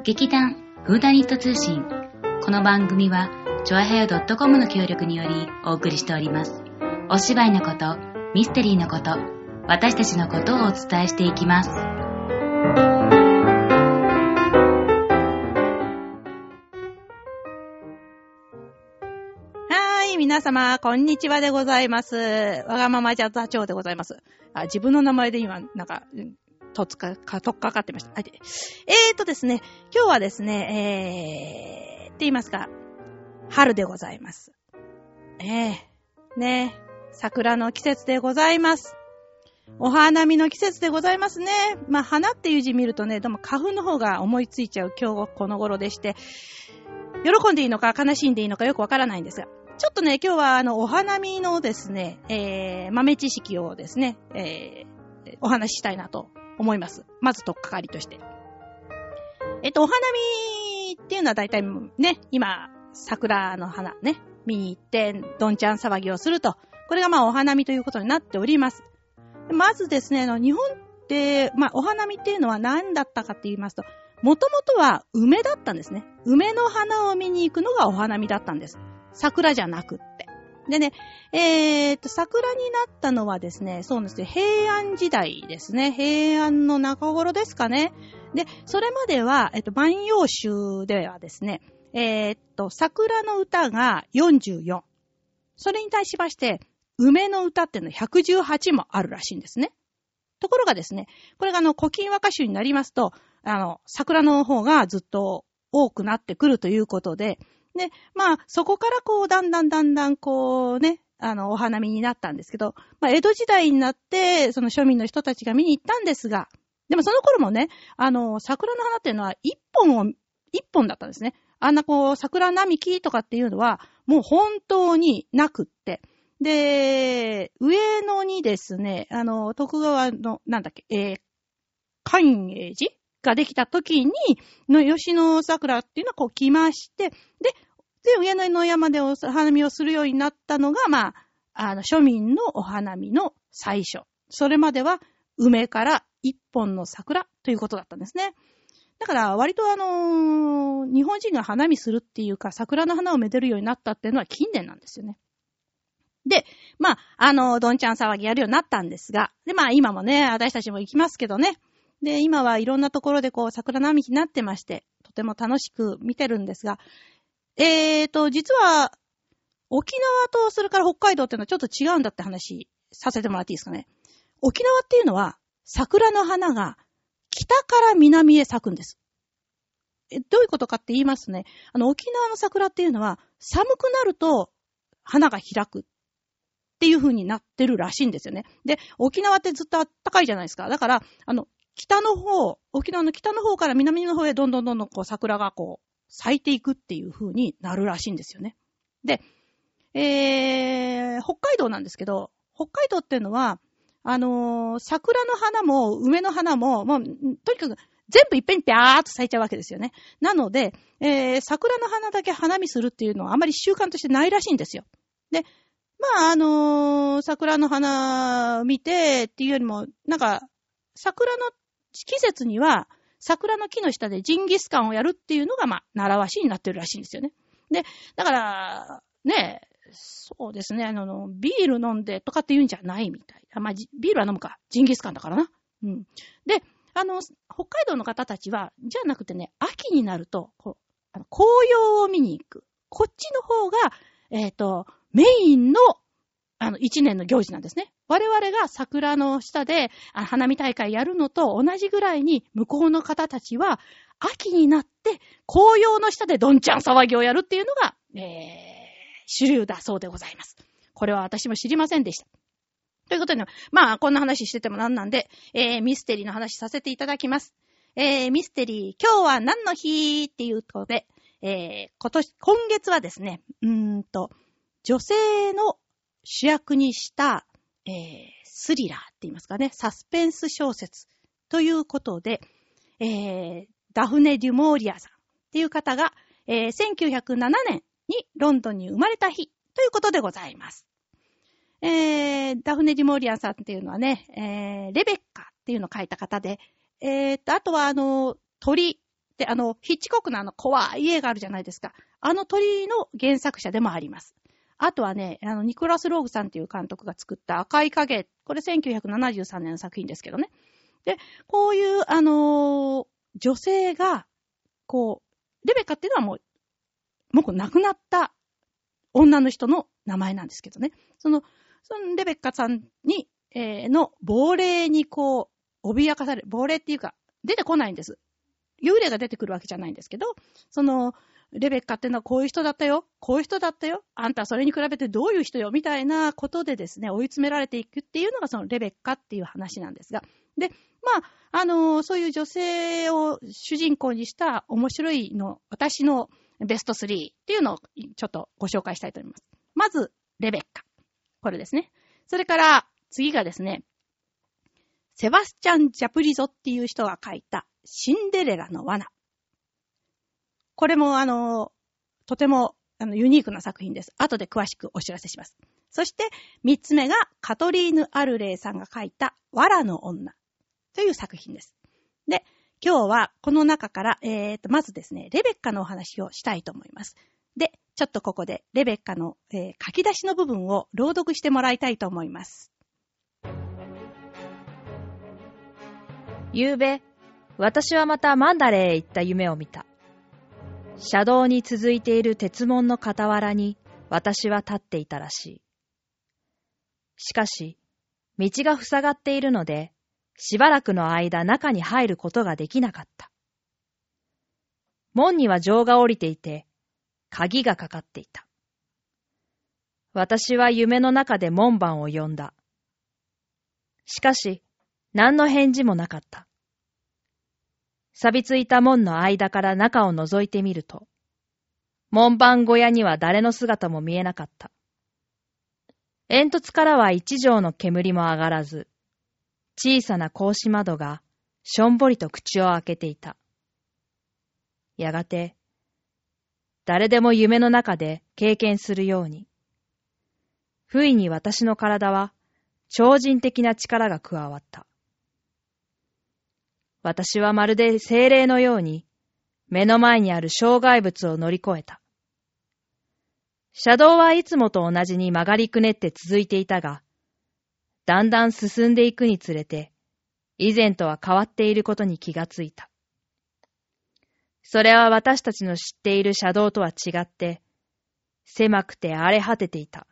劇団フーダニット通信。この番組はチョアヘヨ .com の協力によりお送りしております。お芝居のこと、ミステリーのこと、私たちのことをお伝えしていきます。 皆様、こんにちはでございます。わがまま座長でございます。自分の名前で今、とっかかってました。ですね、今日はですね、って言いますか、春でございます。桜の季節でございます。お花見の季節でございますね。花っていう字見るとね、でも花粉の方が思いついちゃう今日この頃でして、喜んでいいのか悲しんでいいのかよくわからないんですが、ちょっとね、今日はお花見のですね、豆知識をですね、お話ししたいなと思います。まずとっかかりとして。お花見っていうのは大体ね、今、桜の花ね、見に行って、どんちゃん騒ぎをすると。これがお花見ということになっております。まずですね、日本って、お花見っていうのは何だったかって言いますと、もともとは梅だったんですね。梅の花を見に行くのがお花見だったんです。桜じゃなくって。でね、桜になったのはですね、そうですね、平安時代ですね。平安の中頃ですかね。で、それまでは、万葉集ではですね、桜の歌が44。それに対しまして、梅の歌っていうのは118もあるらしいんですね。ところがですね、これが古今和歌集になりますと、桜の方がずっと多くなってくるということで、で、そこからだんだんお花見になったんですけど、江戸時代になって、その庶民の人たちが見に行ったんですが、でもその頃もね、桜の花っていうのは一本だったんですね。桜並木とかっていうのは、もう本当になくって。で、上野にですね、徳川の、寛永寺ができた時に、吉野桜っていうのは来まして、で、上野の山でお花見をするようになったのが、庶民のお花見の最初。それまでは、梅から一本の桜ということだったんですね。だから、割と日本人が花見するっていうか、桜の花をめでるようになったっていうのは近年なんですよね。で、どんちゃん騒ぎやるようになったんですが、で、今もね、私たちも行きますけどね。で、今はいろんなところで桜並木になってまして、とても楽しく見てるんですが、実は、沖縄とそれから北海道っていうのはちょっと違うんだって話させてもらっていいですかね。沖縄っていうのは、桜の花が北から南へ咲くんです。どういうことかって言いますね。沖縄の桜っていうのは、寒くなると花が開くっていう風になってるらしいんですよね。で、沖縄ってずっと暖かいじゃないですか。だから、沖縄の北の方から南の方へどんどん桜が咲いていくっていう風になるらしいんですよね。で、北海道なんですけど、北海道っていうのは、桜の花も梅の花も、とにかく全部いっぺんにピャーっと咲いちゃうわけですよね。なので、桜の花だけ花見するっていうのはあまり習慣としてないらしいんですよ。で、桜の花を見てっていうよりも、桜の季節には、桜の木の下でジンギスカンをやるっていうのが、習わしになってるらしいんですよね。で、だから、ね、そうですね、ビール飲んでとかっていうんじゃないみたい。ビールは飲むか。ジンギスカンだからな。うん。で、北海道の方たちは、じゃなくてね、秋になると、紅葉を見に行く。こっちの方が、メインの、一年の行事なんですね。我々が桜の下で花見大会やるのと同じぐらいに、向こうの方たちは、秋になって紅葉の下でどんちゃん騒ぎをやるっていうのが、主流だそうでございます。これは私も知りませんでした。ということで、こんな話しててもなんなんで、ミステリーの話させていただきます。ミステリー、今日は何の日っていうことで、今月はですね、女性の主役にした、スリラーって言いますかね、サスペンス小説ということで、ダフネ・デュモーリアさんっていう方が、1907年にロンドンに生まれた日ということでございます。ダフネ・デュモーリアさんっていうのはね、レベッカっていうのを書いた方で、あとは鳥で、ヒッチコックの怖い映画あるじゃないですか。鳥の原作者でもあります。あとはね、ニコラス・ローグさんっていう監督が作った赤い影。これ1973年の作品ですけどね。で、こういう、女性が、レベッカっていうのはもう亡くなった女の人の名前なんですけどね。そのレベッカさんに、の亡霊に脅かされる。亡霊っていうか、出てこないんです。幽霊が出てくるわけじゃないんですけど、レベッカっていうのはこういう人だったよ。こういう人だったよ。あんたはそれに比べてどういう人よみたいなことでですね、追い詰められていくっていうのがそのレベッカっていう話なんですが。で、そういう女性を主人公にした面白い私のベスト3っていうのをちょっとご紹介したいと思います。まず、レベッカ。これですね。それから、次がですね、セバスチャン・ジャプリゾっていう人が書いたシンデレラの罠。これもとてもユニークな作品です。後で詳しくお知らせします。そして3つ目がカトリーヌ・アルレイさんが書いた藁の女という作品です。で、今日はこの中から、まずですね、レベッカのお話をしたいと思います。で、ちょっとここでレベッカの、書き出しの部分を朗読してもらいたいと思います。 ゆうべ、私はまたマンダレーへ行った夢を見た。車道に続いている鉄門の傍らに私は立っていたらしい。しかし、道が塞がっているので、しばらくの間中に入ることができなかった。門には錠が下りていて、鍵がかかっていた。私は夢の中で門番を呼んだ。しかし、何の返事もなかった。錆びついた門の間から中を覗いてみると、門番小屋には誰の姿も見えなかった。煙突からは一畳の煙も上がらず、小さな格子窓がしょんぼりと口を開けていた。やがて、誰でも夢の中で経験するように、不意に私の体は超人的な力が加わった。私はまるで精霊のように目の前にある障害物を乗り越えた。車道はいつもと同じに曲がりくねって続いていたが、だんだん進んでいくにつれて、以前とは変わっていることに気がついた。それは私たちの知っている車道とは違って、狭くて荒れ果てていた。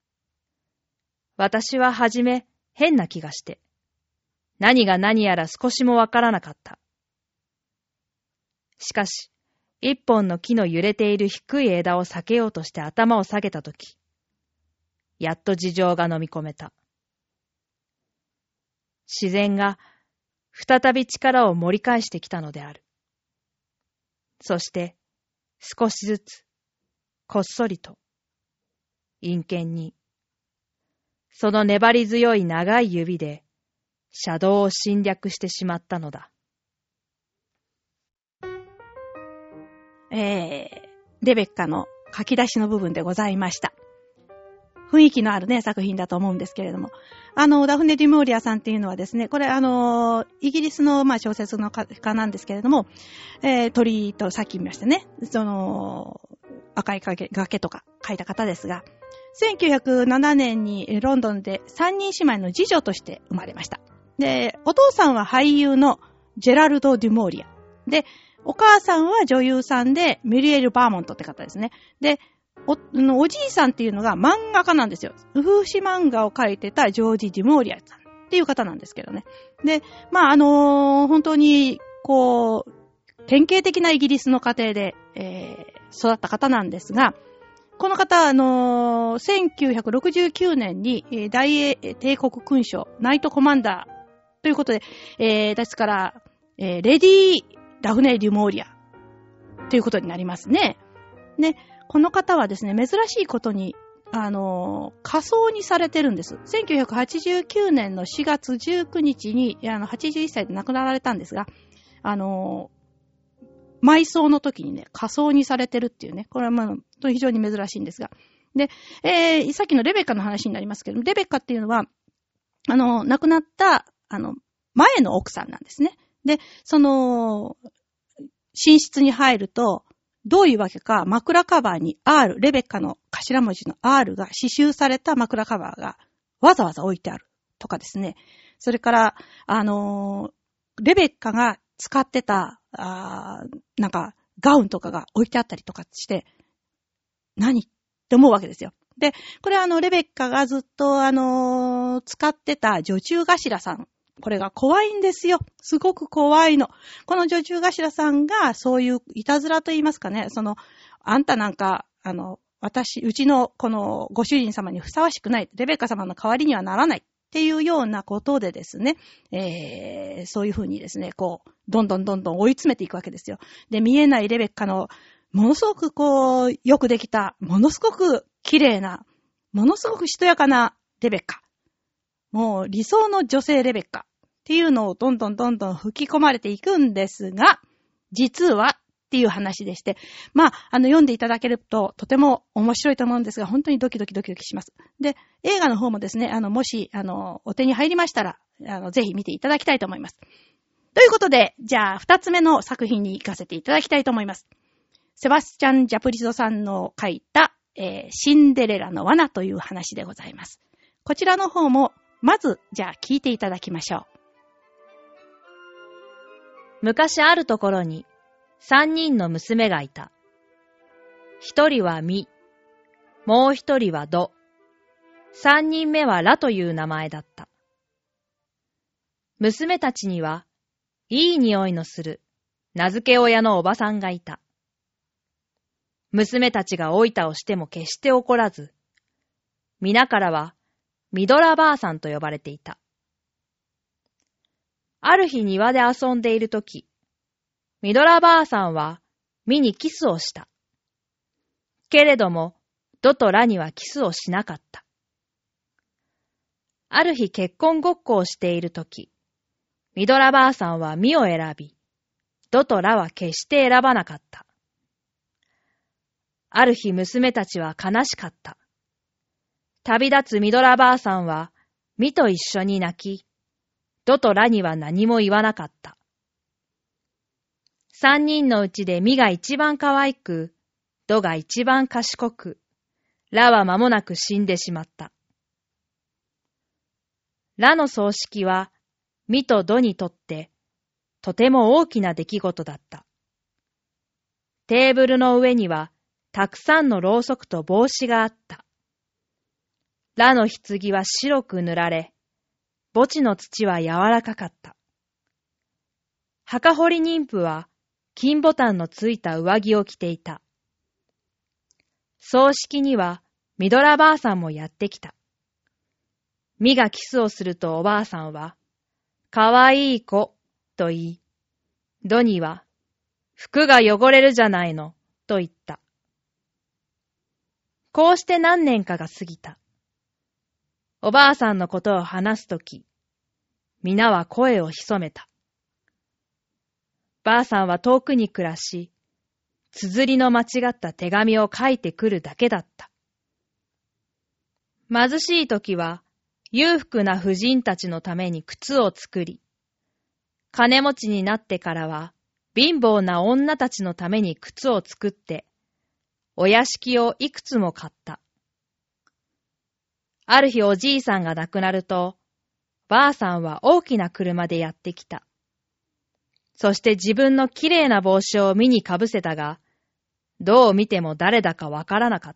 私ははじめ変な気がして、何が何やら少しもわからなかった。しかし、一本の木の揺れている低い枝を避けようとして頭を下げたとき、やっと事情が飲み込めた。自然が再び力を盛り返してきたのである。そして、少しずつ、こっそりと、陰険に、その粘り強い長い指で、車道を侵略してしまったのだ。 レベッカの書き出しの部分でございました。雰囲気のあるね、作品だと思うんですけれども。ダフネ・デュモーリアさんっていうのはですね、これイギリスの小説の家なんですけれども、鳥とさっき見ましたね、赤い崖とか書いた方ですが、1907年にロンドンで三人姉妹の次女として生まれました。で、お父さんは俳優のジェラルド・デュモーリア。で、お母さんは女優さんでミリエル・バーモントって方ですね。で、おじいさんっていうのが漫画家なんですよ。風刺漫画を描いてたジョージ・デュモーリアさんっていう方なんですけどね。で、本当に、典型的なイギリスの家庭で、育った方なんですが、この方、1969年に、大英帝国勲章、ナイトコマンダーということで、ですから、レディー・ダフネ・デュモーリアということになりますね。で、この方はですね、珍しいことに、火葬にされてるんです。1989年の4月19日に、81歳で亡くなられたんですが、埋葬の時にね、火葬にされてるっていうね、これは非常に珍しいんですが。で、さっきのレベッカの話になりますけども、レベッカっていうのは、亡くなった、前の奥さんなんですね。で、 寝室に入ると、どういうわけか枕カバーに R、レベッカの頭文字の R が刺繍された枕カバーがわざわざ置いてあるとかですね。それから、レベッカが使ってた、なんかガウンとかが置いてあったりとかして、何って思うわけですよ。で、これレベッカがずっと使ってた女中頭さん。これが怖いんですよ。すごく怖いの。この女中頭さんがそういういたずらと言いますかね。あんたなんか、うちのこのご主人様にふさわしくない。レベッカ様の代わりにはならない。っていうようなことでですね、そういうふうにですね、こう、どんどん追い詰めていくわけですよ。で、見えないレベッカの、ものすごくこう、よくできた、ものすごく綺麗な、ものすごくしとやかなレベッカ。もう理想の女性レベッカっていうのをどんどん吹き込まれていくんですが、実はっていう話でして、読んでいただけるととても面白いと思うんですが、本当にドキドキします。で、映画の方もですね、もし、お手に入りましたら、ぜひ見ていただきたいと思います。ということで、じゃあ、二つ目の作品に行かせていただきたいと思います。セバスチャン・ジャプリゾさんの書いた、シンデレラの罠という話でございます。こちらの方も、まず、じゃあ聞いていただきましょう。 昔あるところに、3人の娘がいた。1人はミ、もう1人はド、3人目はラという名前だった。娘たちには、いい匂いのする名付け親のおばさんがいた。娘たちがおいたをしても決して怒らず、皆からはミドラばあさんと呼ばれていた。ある日庭で遊んでいるとき、ミドラばあさんはミにキスをした。けれども、ドとラにはキスをしなかった。ある日結婚ごっこをしているとき、ミドラばあさんはミを選び、ドとラは決して選ばなかった。ある日娘たちは悲しかった。旅立つミドラばあさんはミと一緒に泣き、ドとラには何も言わなかった。3人のうちでミが一番可愛く、ドが一番賢く、ラは間もなく死んでしまった。ラの葬式はミとドにとってとても大きな出来事だった。テーブルの上にはたくさんのろうそくと帽子があった。ラの棺は白く塗られ、墓地の土は柔らかかった。墓掘り妊婦は金ボタンのついた上着を着ていた。葬式にはミドラばあさんもやってきた。ミがキスをするとおばあさんは、かわいい子と言い、ドには、服が汚れるじゃないのと言った。こうして何年かが過ぎた。おばあさんのことを話すとき、皆は声を潜めた。ばあさんは遠くに暮らし、綴りの間違った手紙を書いてくるだけだった。貧しいときは、裕福な婦人たちのために靴を作り、金持ちになってからは、貧乏な女たちのために靴を作って、お屋敷をいくつも買った。ある日おじいさんが亡くなると、ばあさんは大きな車でやってきた。そして自分のきれいな帽子をミにかぶせたが、どう見ても誰だかわからなかった。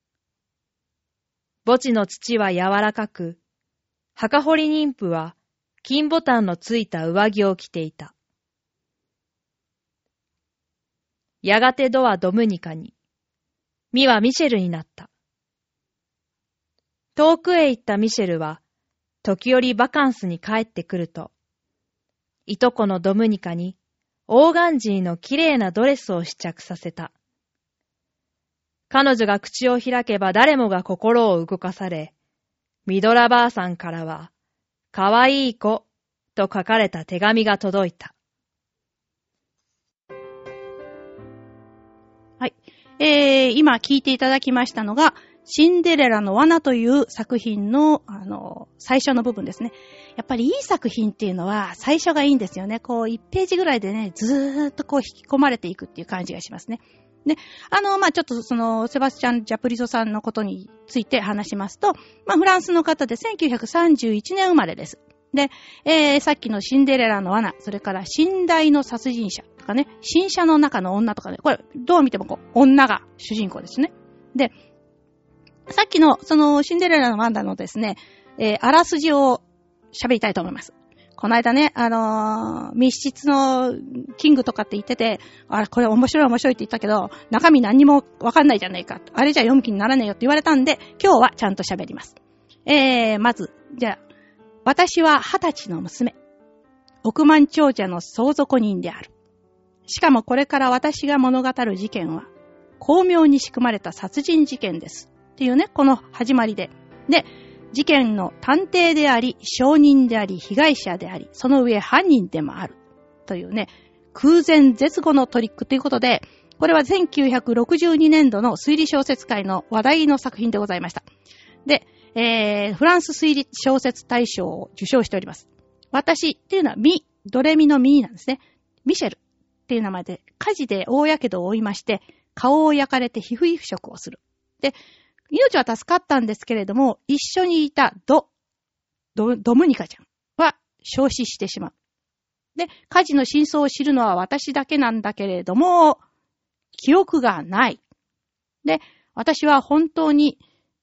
墓地の土は柔らかく、墓掘り妊婦は金ボタンのついた上着を着ていた。やがてドはドムニカに、ミはミシェルになった。遠くへ行ったミシェルは、時折バカンスに帰ってくると、いとこのドムニカにオーガンジーのきれいなドレスを試着させた。彼女が口を開けば誰もが心を動かされ、ミドラばあさんからは、かわいい子と書かれた手紙が届いた。 はい。今聞いていただきましたのが、 シンデレラの罠という作品の、最初の部分ですね。やっぱりいい作品っていうのは最初がいいんですよね。こう、1ページぐらいでね、ずーっとこう引き込まれていくっていう感じがしますね。で、ちょっとセバスチャン・ジャプリゾさんのことについて話しますと、フランスの方で1931年生まれです。で、さっきのシンデレラの罠、それから寝台の殺人者とかね、新車の中の女とかね、これ、どう見ても女が主人公ですね。で、さっきの、シンデレラの罠のですね、あらすじを喋りたいと思います。この間ね、密室のキングとかって言ってて、これ面白いって言ったけど、中身何にもわかんないじゃないか。あれじゃ読む気にならねえよって言われたんで、今日はちゃんと喋ります。まず、じゃあ、私は20歳の娘。億万長者の相続人である。しかもこれから私が物語る事件は、巧妙に仕組まれた殺人事件です。っていうね、この始まりで。で、事件の探偵であり、証人であり、被害者であり、その上犯人でもある。というね、空前絶後のトリックということで、これは1962年度の推理小説界の話題の作品でございました。で、フランス推理小説大賞を受賞しております。私っていうのはドレミのミなんですね。ミシェルっていう名前で火事で大やけどを負いまして、顔を焼かれて皮膚移植をする。で、命は助かったんですけれども、一緒にいたドムニカちゃんは焼死してしまう。で、火事の真相を知るのは私だけなんだけれども、記憶がない。で、私は本当に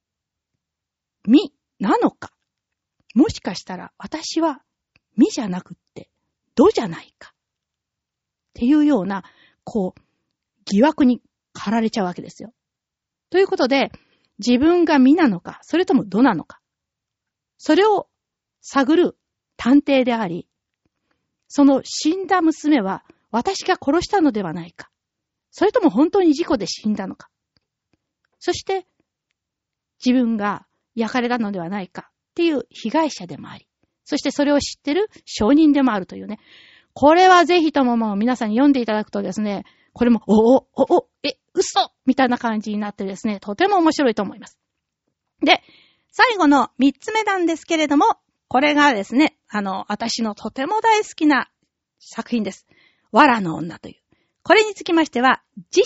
なのか。もしかしたら私はじゃなくってじゃないか。っていうような、疑惑に駆られちゃうわけですよ。ということで、自分がなのか、それともなのか。それを探る探偵であり、その死んだ娘は私が殺したのではないか。それとも本当に事故で死んだのか。そして、自分が焼かれたのではないかっていう被害者でもあり、そしてそれを知ってる証人でもあるというね。これはぜひとも皆さんに読んでいただくとですね、これも、嘘みたいな感じになってですね、とても面白いと思います。で、最後の3つ目なんですけれども、これがですね、私のとても大好きな作品です。藁の女という。これにつきましては、次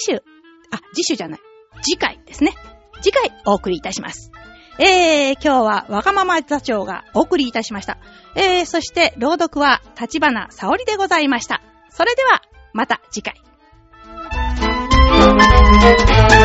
回ですね。次回お送りいたします。今日はわがまま座長がお送りいたしました。そして朗読は立花沙織でございました。それではまた次回。